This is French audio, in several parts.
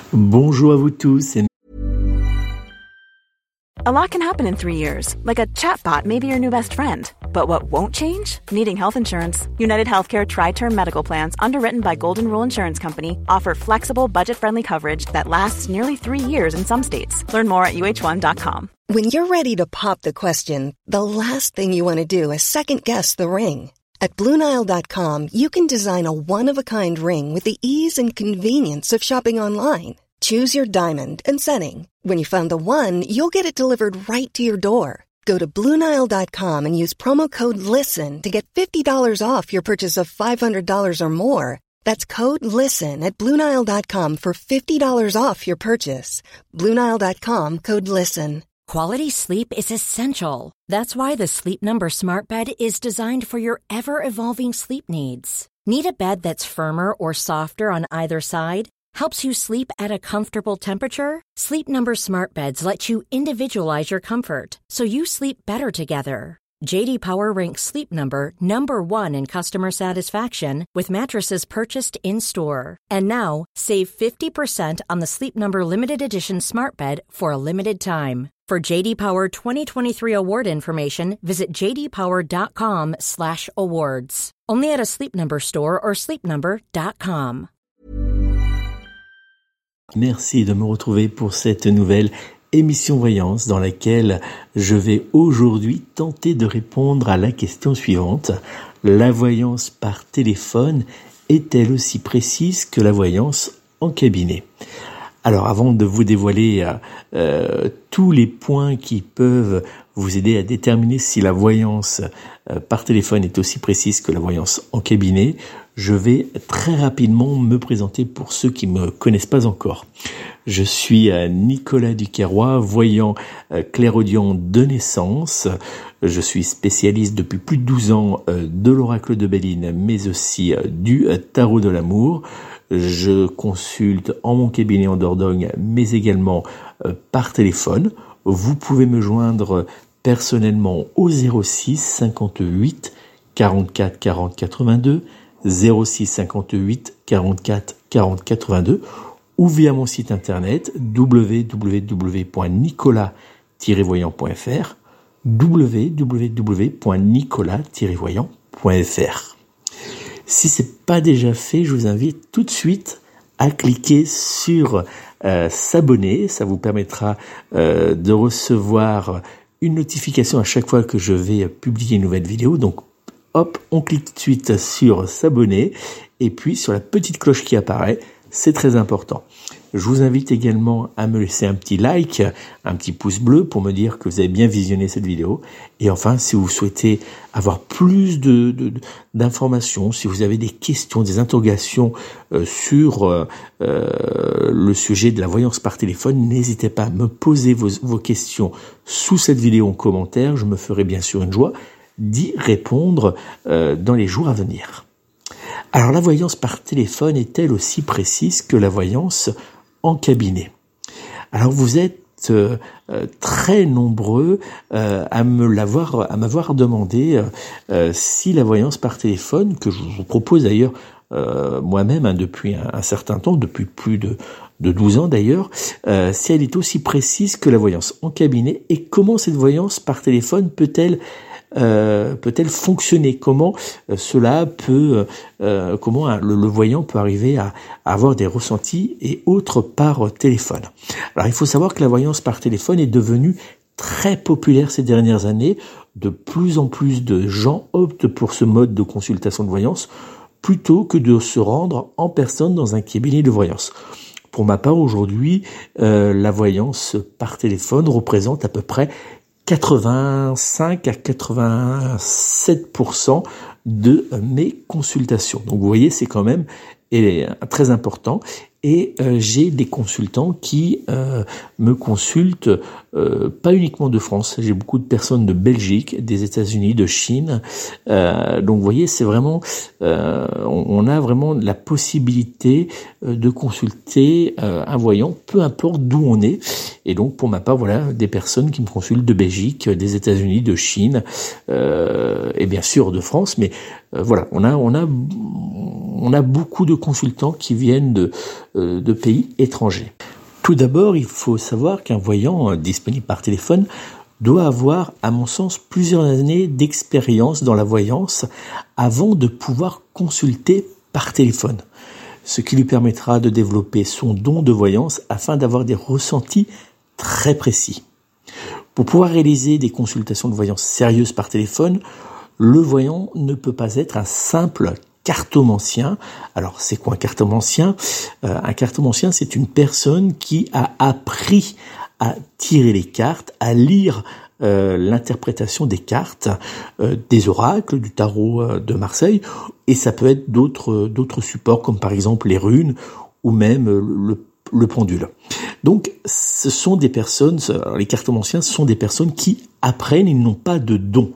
Bonjour à vous tous. A lot can happen in 3 years, like a chatbot may be your new best friend. But what won't change? Needing health insurance. United Healthcare Tri-Term Medical Plans, underwritten by Golden Rule Insurance Company, offer flexible, budget-friendly coverage that lasts nearly 3 years in some states. Learn more at uh1.com. When you're ready to pop the question, the last thing you want to do is second-guess the ring. At BlueNile.com, you can design a one-of-a-kind ring with the ease and convenience of shopping online. Choose your diamond and setting. When you find the one, you'll get it delivered right to your door. Go to BlueNile.com and use promo code LISTEN to get $50 off your purchase of $500 or more. That's code LISTEN at BlueNile.com for $50 off your purchase. BlueNile.com, code LISTEN. Quality sleep is essential. That's why the Sleep Number Smart Bed is designed for your ever-evolving sleep needs. Need a bed that's firmer or softer on either side? Helps you sleep at a comfortable temperature? Sleep Number Smart Beds let you individualize your comfort, so you sleep better together. J.D. Power ranks Sleep Number number 1 in customer satisfaction with mattresses purchased in-store. And now, save 50% on the Sleep Number Limited Edition Smart Bed for a limited time. For J.D. Power 2023 award information, visit jdpower.com/awards. Only at a Sleep Number store or sleepnumber.com. Merci de me retrouver pour cette nouvelle émission Voyance dans laquelle je vais aujourd'hui tenter de répondre à la question suivante. La voyance par téléphone est-elle aussi précise que la voyance en cabinet ? Alors avant de vous dévoiler tous les points qui peuvent vous aider à déterminer si la voyance par téléphone est aussi précise que la voyance en cabinet, je vais très rapidement me présenter pour ceux qui ne me connaissent pas encore. Je suis Nicolas Duquerrois, voyant clairaudient de naissance. Je suis spécialiste depuis plus de 12 ans de l'oracle de Béline, mais aussi du tarot de l'amour. Je consulte en mon cabinet en Dordogne, mais également par téléphone. Vous pouvez me joindre personnellement au 06 58 44 40 82, 06 58 44 40 82 ou via mon site internet www.nicolas-voyant.fr www.nicolas-voyant.fr. Si c'est pas déjà fait, je vous invite tout de suite à cliquer sur s'abonner. Ça vous permettra de recevoir une notification à chaque fois que je vais publier une nouvelle vidéo. Donc hop, on clique tout de suite sur s'abonner et puis sur la petite cloche qui apparaît, c'est très important. Je vous invite également à me laisser un petit like, un petit pouce bleu pour me dire que vous avez bien visionné cette vidéo. Et enfin, si vous souhaitez avoir plus d'informations, si vous avez des questions, des interrogations sur le sujet de la voyance par téléphone, n'hésitez pas à me poser vos questions sous cette vidéo en commentaire. Je me ferai bien sûr une joie d'y répondre dans les jours à venir. Alors la voyance par téléphone est-elle aussi précise que la voyance en cabinet ? Alors vous êtes très nombreux à m'avoir demandé si la voyance par téléphone, que je vous propose d'ailleurs moi-même depuis un certain temps, depuis plus de 12 ans d'ailleurs, si elle est aussi précise que la voyance en cabinet et comment cette voyance par téléphone peut-elle fonctionner, comment comment le voyant peut arriver à avoir des ressentis et autres par téléphone. Alors il faut savoir que la voyance par téléphone est devenue très populaire ces dernières années. De plus en plus de gens optent pour ce mode de consultation de voyance plutôt que de se rendre en personne dans un cabinet de voyance. Pour ma part, aujourd'hui, la voyance par téléphone représente à peu près 85 à 87% de mes consultations. Donc vous voyez, c'est quand même très important. Et j'ai des consultants qui me consultent pas uniquement de France. J'ai beaucoup de personnes de Belgique, des États-Unis, de Chine. Donc vous voyez, c'est vraiment on a vraiment la possibilité de consulter un voyant, peu importe d'où on est. Et donc pour ma part, voilà, des personnes qui me consultent de Belgique, des États-Unis, de Chine et bien sûr de France. Mais voilà, on a beaucoup de consultants qui viennent de pays étrangers. Tout d'abord, il faut savoir qu'un voyant disponible par téléphone doit avoir, à mon sens, plusieurs années d'expérience dans la voyance avant de pouvoir consulter par téléphone, ce qui lui permettra de développer son don de voyance afin d'avoir des ressentis très précis. Pour pouvoir réaliser des consultations de voyance sérieuses par téléphone, le voyant ne peut pas être un simple cartomancien. Alors, c'est quoi un cartomancien ? Un cartomancien, c'est une personne qui a appris à tirer les cartes, à lire l'interprétation des cartes, des oracles, du tarot de Marseille, et ça peut être d'autres supports, comme par exemple les runes, ou même le pendule. Donc, ce sont des personnes, les cartomanciens sont des personnes qui apprennent, ils n'ont pas de don.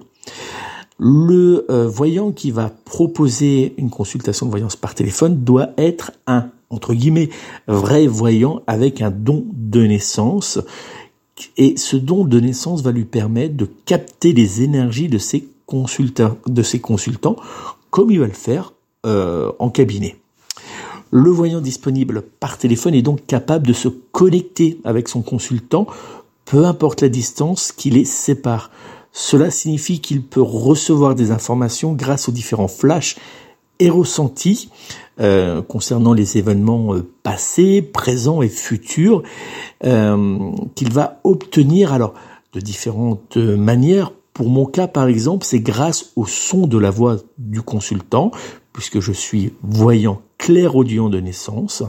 Le voyant qui va proposer une consultation de voyance par téléphone doit être un, entre guillemets, vrai voyant avec un don de naissance. Et ce don de naissance va lui permettre de capter les énergies de ses consultants, comme il va le faire en cabinet. Le voyant disponible par téléphone est donc capable de se connecter avec son consultant, peu importe la distance qui les sépare. Cela signifie qu'il peut recevoir des informations grâce aux différents flashs et ressentis concernant les événements passés, présents et futurs qu'il va obtenir alors de différentes manières. Pour mon cas, par exemple, c'est grâce au son de la voix du consultant, puisque je suis voyant clairaudient de naissance,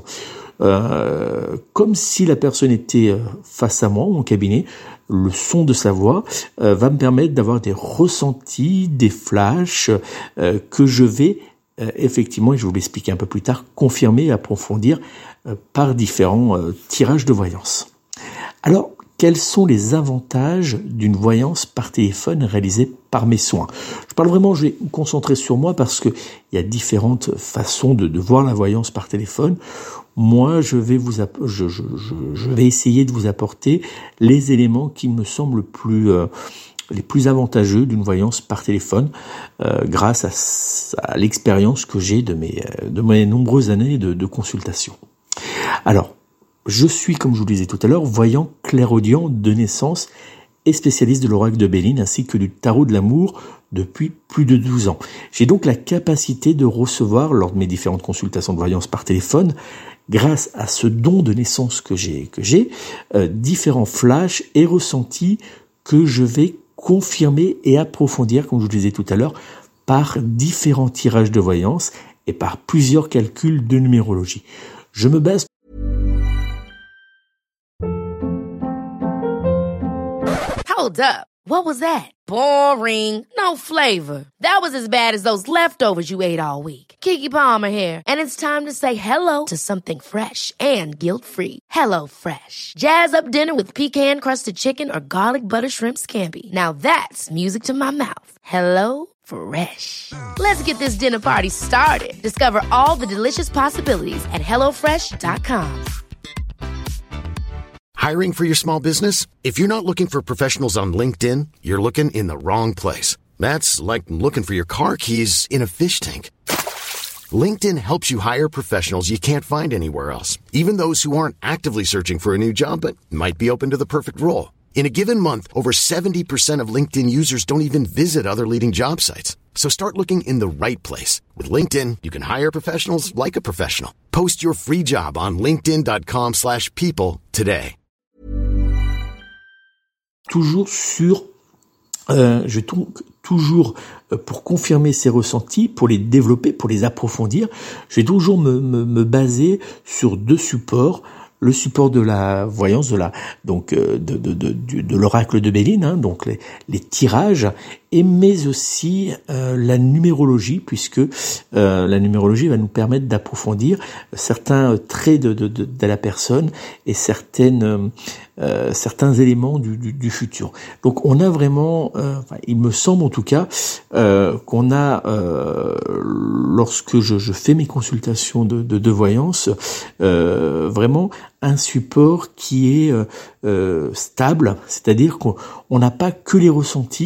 comme si la personne était face à moi, mon cabinet. Le son de sa voix va me permettre d'avoir des ressentis, des flashs que je vais effectivement, et je vais vous l'expliquer un peu plus tard, confirmer et approfondir par différents tirages de voyance. Alors, quels sont les avantages d'une voyance par téléphone réalisée par mes soins ? Je vais me concentrer sur moi parce que il y a différentes façons de voir la voyance par téléphone. Moi, je vais essayer de vous apporter les éléments qui me semblent les plus avantageux d'une voyance par téléphone, grâce à l'expérience que j'ai de mes nombreuses années de consultation. Alors, je suis, comme je vous le disais tout à l'heure, voyant clairaudient de naissance et spécialiste de l'oracle de Béline ainsi que du tarot de l'amour depuis plus de 12 ans. J'ai donc la capacité de recevoir, lors de mes différentes consultations de voyance par téléphone, grâce à ce don de naissance que j'ai, différents flashs et ressentis que je vais confirmer et approfondir, comme je vous le disais tout à l'heure, par différents tirages de voyance et par plusieurs calculs de numérologie. Je me base. Hold up. What was that? Boring. No flavor. That was as bad as those leftovers you ate all week. Keke Palmer here, and it's time to say hello to something fresh and guilt-free. Hello Fresh. Jazz up dinner with pecan-crusted chicken or garlic butter shrimp scampi. Now that's music to my mouth. Hello Fresh. Let's get this dinner party started. Discover all the delicious possibilities at HelloFresh.com. Hiring for your small business? If you're not looking for professionals on LinkedIn, you're looking in the wrong place. That's like looking for your car keys in a fish tank. LinkedIn helps you hire professionals you can't find anywhere else, even those who aren't actively searching for a new job but might be open to the perfect role. In a given month, over 70% of LinkedIn users don't even visit other leading job sites. So start looking in the right place. With LinkedIn, you can hire professionals like a professional. Post your free job on linkedin.com/people today. Pour confirmer ces ressentis, pour les développer, pour les approfondir, je vais toujours me baser sur deux supports. Le support de la voyance, de l'oracle de Béline, donc les tirages, mais aussi la numérologie, puisque la numérologie va nous permettre d'approfondir certains traits de la personne et certains éléments du futur. Donc on a vraiment, il me semble en tout cas, qu'on a, lorsque je fais mes consultations de voyance, vraiment un support qui est stable, c'est-à-dire qu'on n'a pas que les ressentis,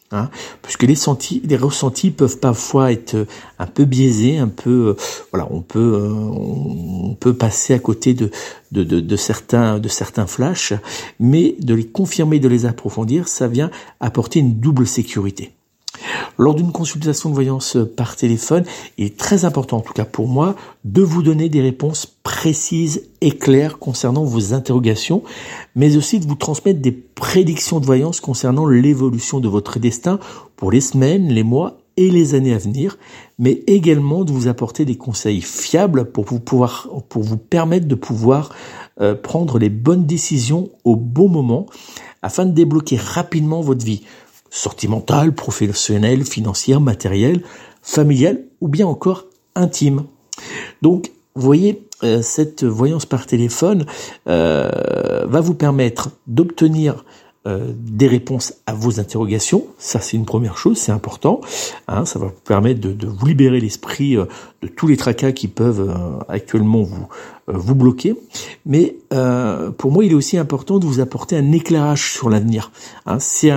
puisque les ressentis peuvent parfois être un peu biaisés, un peu, on peut passer à côté de certains flashs, mais de les confirmer, de les approfondir, ça vient apporter une double sécurité. Lors d'une consultation de voyance par téléphone, il est très important, en tout cas pour moi, de vous donner des réponses précises et claires concernant vos interrogations, mais aussi de vous transmettre des prédictions de voyance concernant l'évolution de votre destin pour les semaines, les mois et les années à venir, mais également de vous apporter des conseils fiables pour vous permettre de pouvoir prendre les bonnes décisions au bon moment afin de débloquer rapidement votre vie sentimentale, professionnelle, financière, matérielle, familiale ou bien encore intime. Donc, vous voyez, cette voyance par téléphone va vous permettre d'obtenir des réponses à vos interrogations. Ça, c'est une première chose, c'est important. Ça va vous permettre de vous libérer l'esprit de tous les tracas qui peuvent actuellement vous bloquer. Mais pour moi, il est aussi important de vous apporter un éclairage sur l'avenir. C'est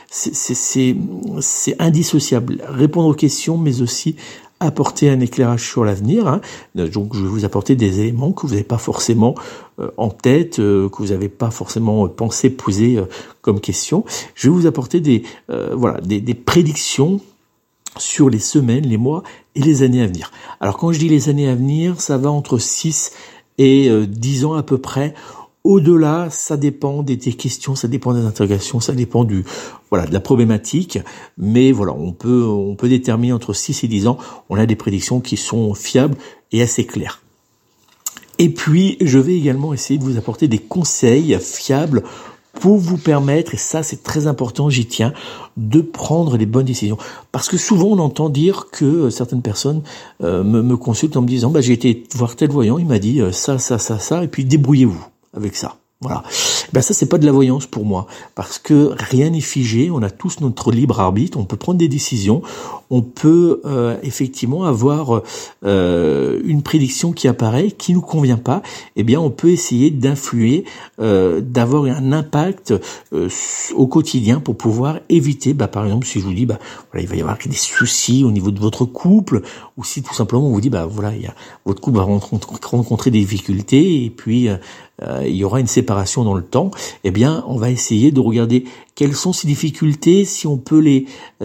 indissociable. Répondre aux questions, mais aussi apporter un éclairage sur l'avenir. Donc, je vais vous apporter des éléments que vous n'avez pas forcément en tête, que vous n'avez pas forcément pensé poser comme question. Je vais vous apporter des prédictions sur les semaines, les mois et les années à venir. Alors, quand je dis les années à venir, ça va entre 6 et 10 ans à peu près. Au-delà, ça dépend des questions, ça dépend des interrogations, ça dépend de la problématique. Mais on peut déterminer entre 6 et 10 ans, on a des prédictions qui sont fiables et assez claires. Et puis, je vais également essayer de vous apporter des conseils fiables pour vous permettre, et ça c'est très important, j'y tiens, de prendre les bonnes décisions. Parce que souvent on entend dire que certaines personnes me consultent en me disant j'ai été voir tel voyant, il m'a dit ça, et puis débrouillez-vous avec ça. Voilà. Ça c'est pas de la voyance pour moi, parce que rien n'est figé, on a tous notre libre arbitre, on peut prendre des décisions, on peut effectivement avoir une prédiction qui apparaît, qui nous convient pas, on peut essayer d'influer, d'avoir un impact au quotidien pour pouvoir éviter, par exemple, si je vous dis il va y avoir des soucis au niveau de votre couple, ou si tout simplement on vous dit votre couple va rencontrer des difficultés et puis il y aura une séparation dans le temps, on va essayer de regarder quelles sont ces difficultés, si on peut les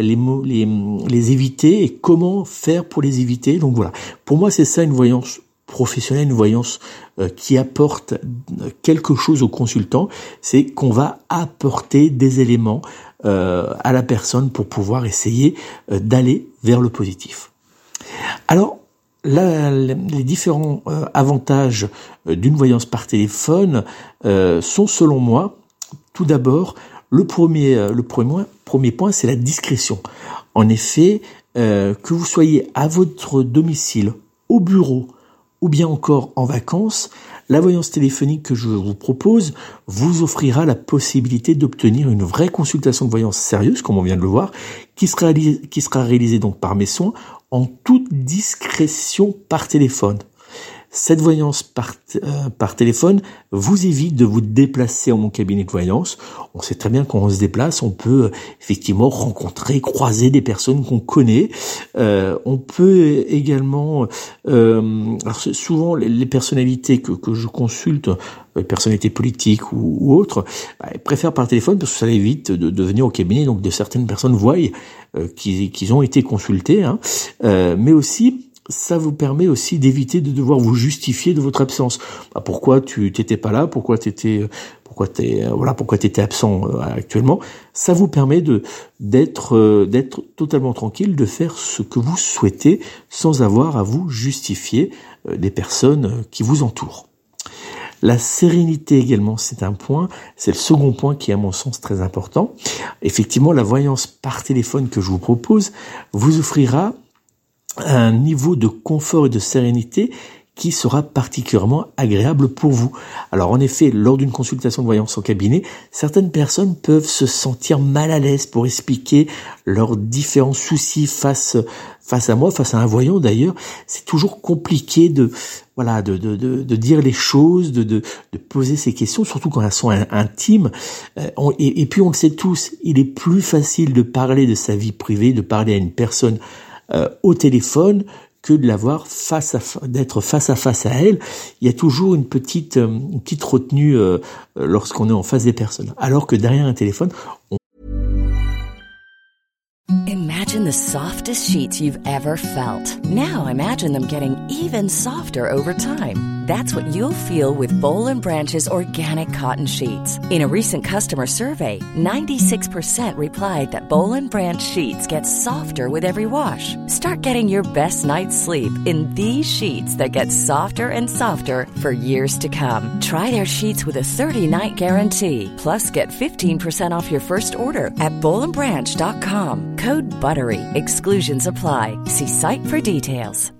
éviter et comment faire pour les éviter. Donc voilà, pour moi c'est ça une voyance professionnelle, une voyance qui apporte quelque chose au consultant, c'est qu'on va apporter des éléments à la personne pour pouvoir essayer d'aller vers le positif. Alors, les différents avantages d'une voyance par téléphone sont selon moi, tout d'abord, le premier point, c'est la discrétion. En effet, que vous soyez à votre domicile, au bureau ou bien encore en vacances, la voyance téléphonique que je vous propose vous offrira la possibilité d'obtenir une vraie consultation de voyance sérieuse, comme on vient de le voir, qui sera réalisée donc par mes soins en toute discrétion par téléphone. Cette voyance par téléphone vous évite de vous déplacer en mon cabinet de voyance. On sait très bien quand on se déplace, on peut effectivement croiser des personnes qu'on connaît. On peut également, souvent les personnalités que je consulte, les personnalités politiques ou autres, elles préfèrent par téléphone parce que ça évite de venir au cabinet. Donc de certaines personnes voient qu'ils ont été consultés, mais aussi ça vous permet aussi d'éviter de devoir vous justifier de votre absence. Pourquoi tu t'étais pas là, pourquoi t'étais absent actuellement. Ça vous permet d'être totalement tranquille, de faire ce que vous souhaitez sans avoir à vous justifier des personnes qui vous entourent. La sérénité également, c'est le second point qui est à mon sens très important. Effectivement, la voyance par téléphone que je vous propose vous offrira un niveau de confort et de sérénité qui sera particulièrement agréable pour vous. Alors en effet, lors d'une consultation de voyance en cabinet, certaines personnes peuvent se sentir mal à l'aise pour expliquer leurs différents soucis face à moi, face à un voyant d'ailleurs. C'est toujours compliqué de dire les choses, de poser ces questions, surtout quand elles sont intimes. Et puis on le sait tous, il est plus facile de parler de sa vie privée, de parler à une personne au téléphone, que de l'avoir d'être face à face à elle. Il y a toujours une petite retenue lorsqu'on est en face des personnes. Alors que derrière un téléphone, Imagine the softest sheets you've ever felt. Now imagine them getting even softer over time. That's what you'll feel with Boll & Branch's organic cotton sheets. In a recent customer survey, 96% replied that Boll & Branch sheets get softer with every wash. Start getting your best night's sleep in these sheets that get softer and softer for years to come. Try their sheets with a 30-night guarantee. Plus, get 15% off your first order at bollandbranch.com. Code BUTTERY. Exclusions apply. See site for details.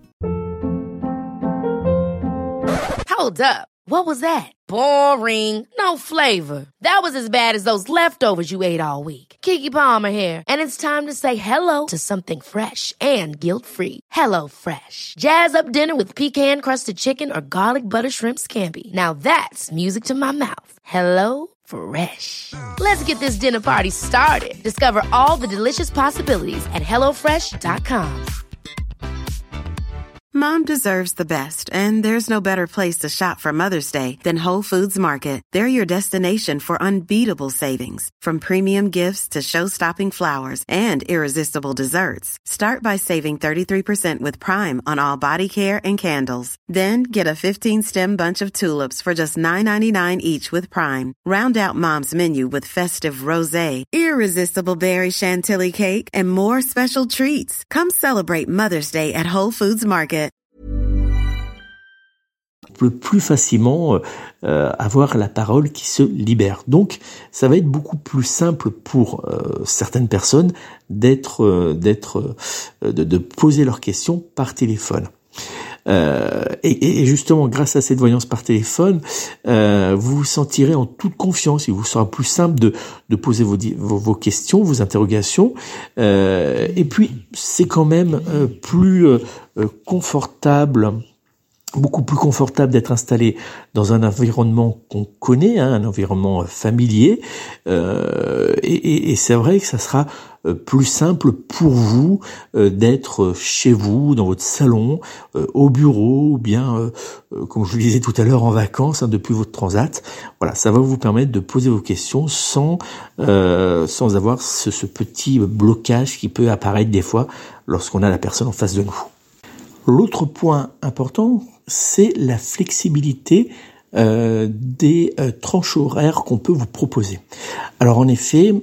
Hold up. What was that? Boring. No flavor. That was as bad as those leftovers you ate all week. Keke Palmer here, and it's time to say hello to something fresh and guilt-free. Hello Fresh. Jazz up dinner with pecan-crusted chicken or garlic butter shrimp scampi. Now that's music to my mouth. Hello Fresh. Let's get this dinner party started. Discover all the delicious possibilities at HelloFresh.com. Mom deserves the best, and there's no better place to shop for Mother's Day than Whole Foods Market. They're your destination for unbeatable savings, from premium gifts to show-stopping flowers and irresistible desserts. Start by saving 33% with Prime on all body care and candles. Then get a 15-stem bunch of tulips for just $9.99 each with Prime. Round out Mom's menu with festive rosé, irresistible berry chantilly cake, and more special treats. Come celebrate Mother's Day at Whole Foods Market. peut plus facilement avoir la parole qui se libère. Donc, ça va être beaucoup plus simple pour certaines personnes de poser leurs questions par téléphone. Et justement, grâce à cette voyance par téléphone, vous vous sentirez en toute confiance. Il vous sera plus simple de poser vos questions, vos interrogations. Et puis, c'est quand même plus confortable, beaucoup plus confortable d'être installé dans un environnement qu'on connaît, un environnement familier. Et c'est vrai que ça sera plus simple pour vous d'être chez vous, dans votre salon, au bureau, ou bien, comme je vous le disais tout à l'heure, en vacances, depuis votre transat. Voilà, ça va vous permettre de poser vos questions sans avoir ce petit blocage qui peut apparaître des fois lorsqu'on a la personne en face de nous. L'autre point important, c'est la flexibilité des tranches horaires qu'on peut vous proposer. Alors en effet,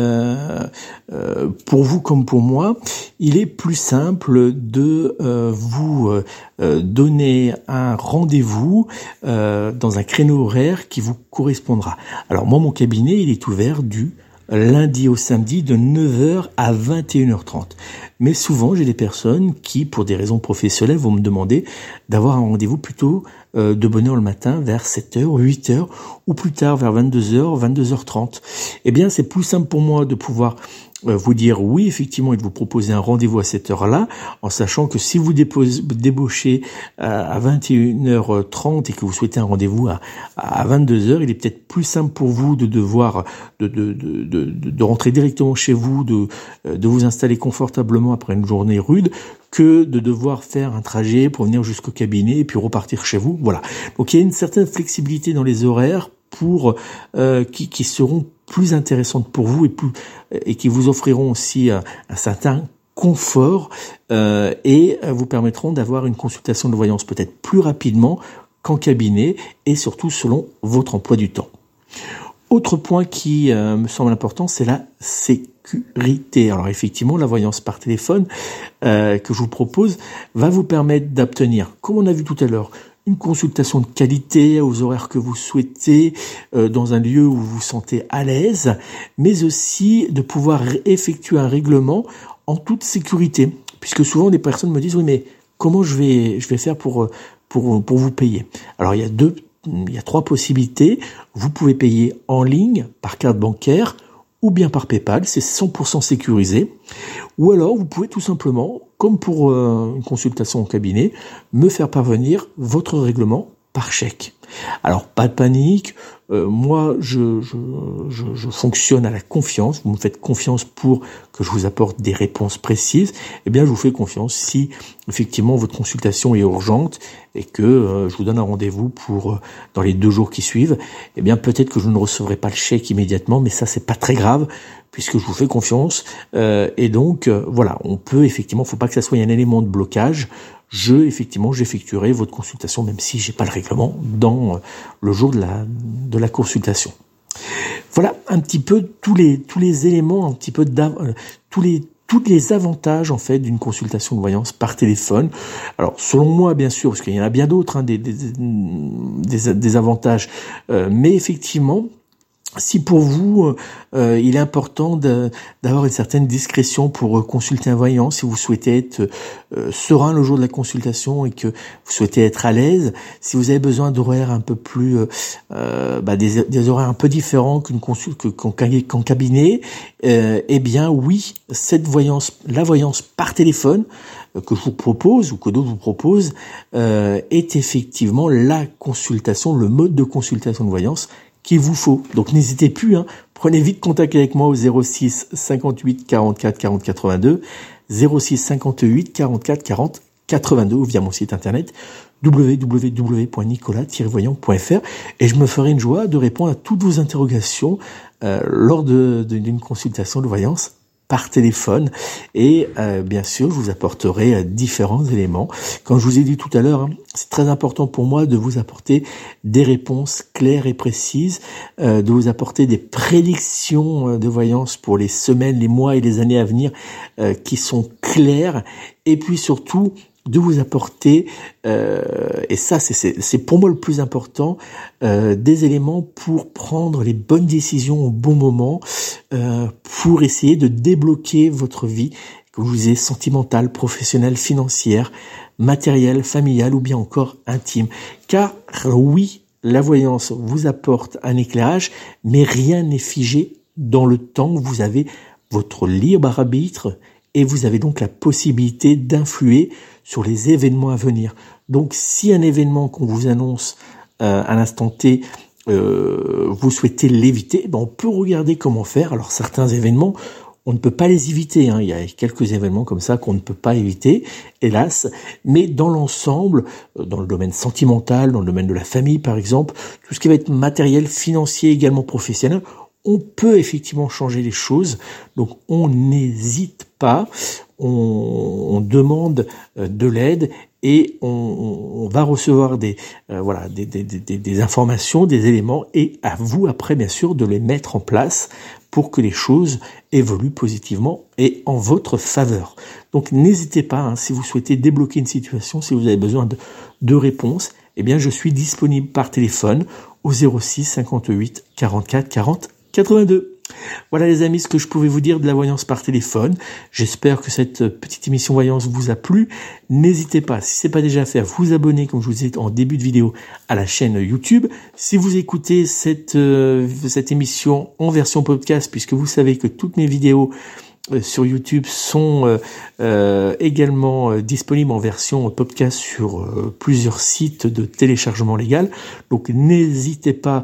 pour vous comme pour moi, il est plus simple de vous donner un rendez-vous dans un créneau horaire qui vous correspondra. Alors moi, mon cabinet, il est ouvert du lundi au samedi de 9h à 21h30. Mais souvent, j'ai des personnes qui, pour des raisons professionnelles, vont me demander d'avoir un rendez-vous plutôt de bonne heure le matin, vers 7h, 8h, ou plus tard, vers 22h, 22h30. Eh bien, c'est plus simple pour moi de pouvoir vous dire oui, effectivement, et de vous proposer un rendez-vous à cette heure-là, en sachant que si vous débauchez à 21h30 et que vous souhaitez un rendez-vous à 22h, il est peut-être plus simple pour vous de rentrer directement chez vous, de vous installer confortablement après une journée rude, que de devoir faire un trajet pour venir jusqu'au cabinet et puis repartir chez vous. Voilà. Donc il y a une certaine flexibilité dans les horaires qui seront plus intéressantes pour vous et qui vous offriront aussi un certain confort et vous permettront d'avoir une consultation de voyance peut-être plus rapidement qu'en cabinet et surtout selon votre emploi du temps. Autre point qui me semble important, c'est la sécurité. Alors effectivement, la voyance par téléphone que je vous propose va vous permettre d'obtenir, comme on a vu tout à l'heure, une consultation de qualité aux horaires que vous souhaitez, dans un lieu où vous vous sentez à l'aise, mais aussi de pouvoir effectuer un règlement en toute sécurité. Puisque souvent des personnes me disent « Oui, mais comment je vais faire pour pour vous payer. Alors il y a 3 possibilités. Vous pouvez payer en ligne par carte bancaire ou bien par PayPal, c'est 100% sécurisé. Ou alors vous pouvez tout simplement, comme pour une consultation en cabinet, me faire parvenir votre règlement par chèque. Alors pas de panique, moi je fonctionne à la confiance, vous me faites confiance pour que je vous apporte des réponses précises, eh bien je vous fais confiance si effectivement votre consultation est urgente et que je vous donne un rendez-vous pour dans les 2 jours qui suivent, eh bien peut-être que je ne recevrai pas le chèque immédiatement, mais ça c'est pas très grave puisque je vous fais confiance et donc voilà, on peut effectivement, faut pas que ça soit un élément de blocage. J'effectuerai votre consultation même si j'ai pas le règlement dans le jour de la consultation. Voilà un petit peu tous les éléments, un petit peu tous les avantages en fait d'une consultation de voyance par téléphone. Alors selon moi bien sûr, parce qu'il y en a bien d'autres des avantages, mais effectivement, si pour vous, il est important d'avoir une certaine discrétion pour consulter un voyant, si vous souhaitez être serein le jour de la consultation et que vous souhaitez être à l'aise, si vous avez besoin d'horaires un peu plus, des horaires un peu différents qu'en cabinet, eh bien oui, la voyance par téléphone que je vous propose ou que d'autres vous proposent est effectivement la consultation, le mode de consultation de voyance qu'il vous faut. Donc n'hésitez plus, prenez vite contact avec moi au 06 58 44 40 82, 06 58 44 40 82 ou via mon site internet www.nicolas-voyant.fr et je me ferai une joie de répondre à toutes vos interrogations lors d'une consultation de voyance par téléphone et bien sûr je vous apporterai différents éléments. Comme je vous ai dit tout à l'heure, c'est très important pour moi de vous apporter des réponses claires et précises, de vous apporter des prédictions de voyance pour les semaines, les mois et les années à venir qui sont claires et puis surtout de vous apporter, et ça c'est pour moi le plus important, des éléments pour prendre les bonnes décisions au bon moment, pour essayer de débloquer votre vie, que vous ayez sentimentale, professionnelle, financière, matérielle, familiale ou bien encore intime. Car oui, la voyance vous apporte un éclairage, mais rien n'est figé dans le temps. Vous avez votre libre arbitre et vous avez donc la possibilité d'influer sur les événements à venir. Donc si un événement qu'on vous annonce à l'instant T, vous souhaitez l'éviter, on peut regarder comment faire. Alors certains événements, on ne peut pas les éviter, il y a quelques événements comme ça qu'on ne peut pas éviter, hélas, mais dans l'ensemble, dans le domaine sentimental, dans le domaine de la famille par exemple, tout ce qui va être matériel, financier, également professionnel, on peut effectivement changer les choses, donc on n'hésite pas, on demande de l'aide et on va recevoir des informations, des éléments et à vous après bien sûr de les mettre en place pour que les choses évoluent positivement et en votre faveur. Donc n'hésitez pas, si vous souhaitez débloquer une situation, si vous avez besoin de réponses, eh bien je suis disponible par téléphone au 06 58 44 40 82. Voilà les amis ce que je pouvais vous dire de la voyance par téléphone. J'espère que cette petite émission voyance vous a plu. N'hésitez pas, si ce n'est pas déjà fait, à vous abonner, comme je vous ai dit en début de vidéo, à la chaîne YouTube. Si vous écoutez cette émission en version podcast, puisque vous savez que toutes mes vidéos sur YouTube sont également disponibles en version podcast sur plusieurs sites de téléchargement légal. Donc n'hésitez pas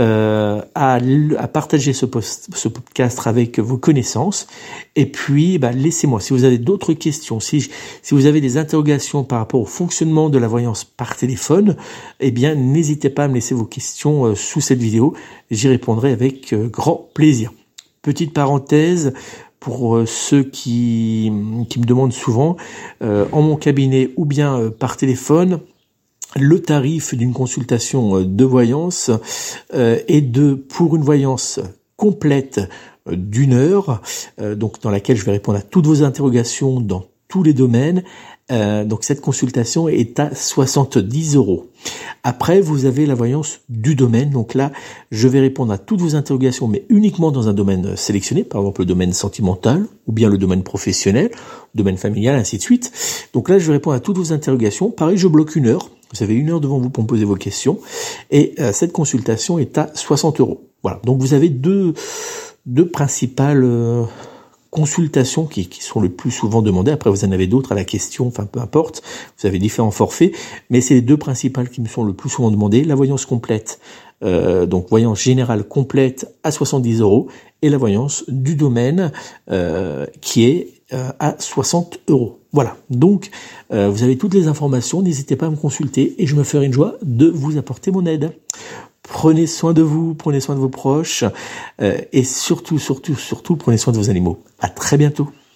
à partager ce podcast avec vos connaissances. Et puis laissez-moi, si vous avez d'autres questions, si vous avez des interrogations par rapport au fonctionnement de la voyance par téléphone, eh bien n'hésitez pas à me laisser vos questions sous cette vidéo. J'y répondrai avec grand plaisir. Petite parenthèse, pour ceux qui me demandent souvent, en mon cabinet ou bien par téléphone, le tarif d'une consultation de voyance est pour une voyance complète d'1 heure, donc dans laquelle je vais répondre à toutes vos interrogations dans tous les domaines. Donc cette consultation est à 70 €. Après, vous avez la voyance du domaine. Donc là, je vais répondre à toutes vos interrogations, mais uniquement dans un domaine sélectionné, par exemple le domaine sentimental, ou bien le domaine professionnel, domaine familial, ainsi de suite. Donc là, je vais répondre à toutes vos interrogations. Pareil, je bloque 1 heure. Vous avez 1 heure devant vous pour me poser vos questions. Et cette consultation est à 60 €. Voilà. Donc vous avez deux principales consultations qui sont le plus souvent demandées. Après, vous en avez d'autres à la question, enfin peu importe. Vous avez différents forfaits, mais c'est les 2 principales qui me sont le plus souvent demandées. La voyance complète, donc voyance générale complète à 70 € et la voyance du domaine qui est à 60 €. Voilà. Donc, vous avez toutes les informations. N'hésitez pas à me consulter et je me ferai une joie de vous apporter mon aide. Prenez soin de vous, prenez soin de vos proches et surtout, prenez soin de vos animaux. À très bientôt.